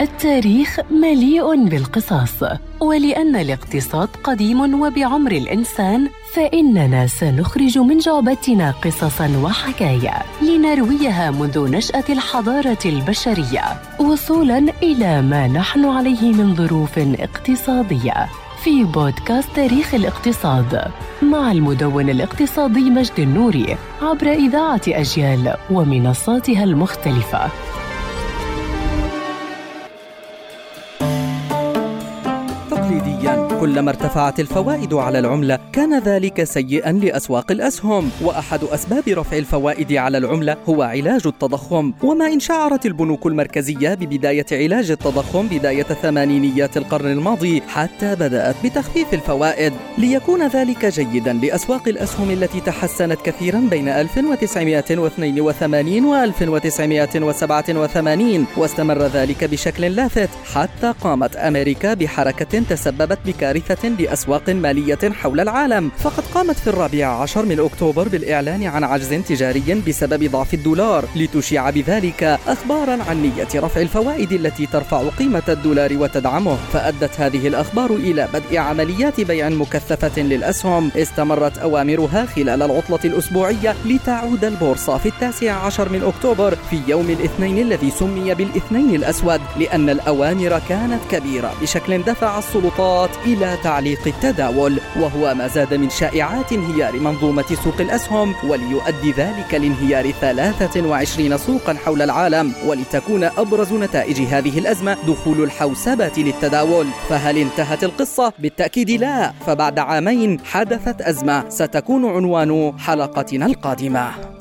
التاريخ مليء بالقصص، ولأن الاقتصاد قديم وبعمر الإنسان، فإننا سنخرج من جعبتنا قصصاً وحكايا لنرويها منذ نشأة الحضارة البشرية وصولاً إلى ما نحن عليه من ظروف اقتصادية، في بودكاست تاريخ الاقتصاد مع المدون الاقتصادي مجد النوري عبر إذاعة أجيال ومنصاتها المختلفة. تقليدياً كلما ارتفعت الفوائد على العملة كان ذلك سيئاً لأسواق الأسهم، وأحد أسباب رفع الفوائد على العملة هو علاج التضخم. وما إن شعرت البنوك المركزية ببداية علاج التضخم بداية ثمانينيات القرن الماضي حتى بدأت بتخفيف الفوائد ليكون ذلك جيداً لأسواق الأسهم التي تحسنت كثيراً بين 1982 و 1987، واستمر ذلك بشكل لافت حتى قامت أمريكا بحركة تسببت بكارثة لأسواق مالية حول العالم. فقد قامت في 14 من أكتوبر بالإعلان عن عجز تجاري بسبب ضعف الدولار، لتشيع بذلك أخباراً عن نية رفع الفوائد التي ترفع قيمة الدولار وتدعمه. فأدت هذه الأخبار إلى بدء عمليات بيع مكثفة للأسهم استمرت أوامرها خلال العطلة الأسبوعية، لتعود البورصة في 19 من أكتوبر في يوم الاثنين الذي سمي بالاثنين الأسود، لأن الأوامر كانت كبيرة بشكل دفع السلطات إلى تعليق التداول، وهو ما زاد من شائعات انهيار منظومة سوق الأسهم، وليؤدي ذلك لانهيار 23 سوقا حول العالم. ولتكون أبرز نتائج هذه الأزمة دخول الحوسبة للتداول. فهل انتهت القصة؟ بالتأكيد لا، فبعد عامين حدثت أزمة ستكون عنوان حلقتنا القادمة.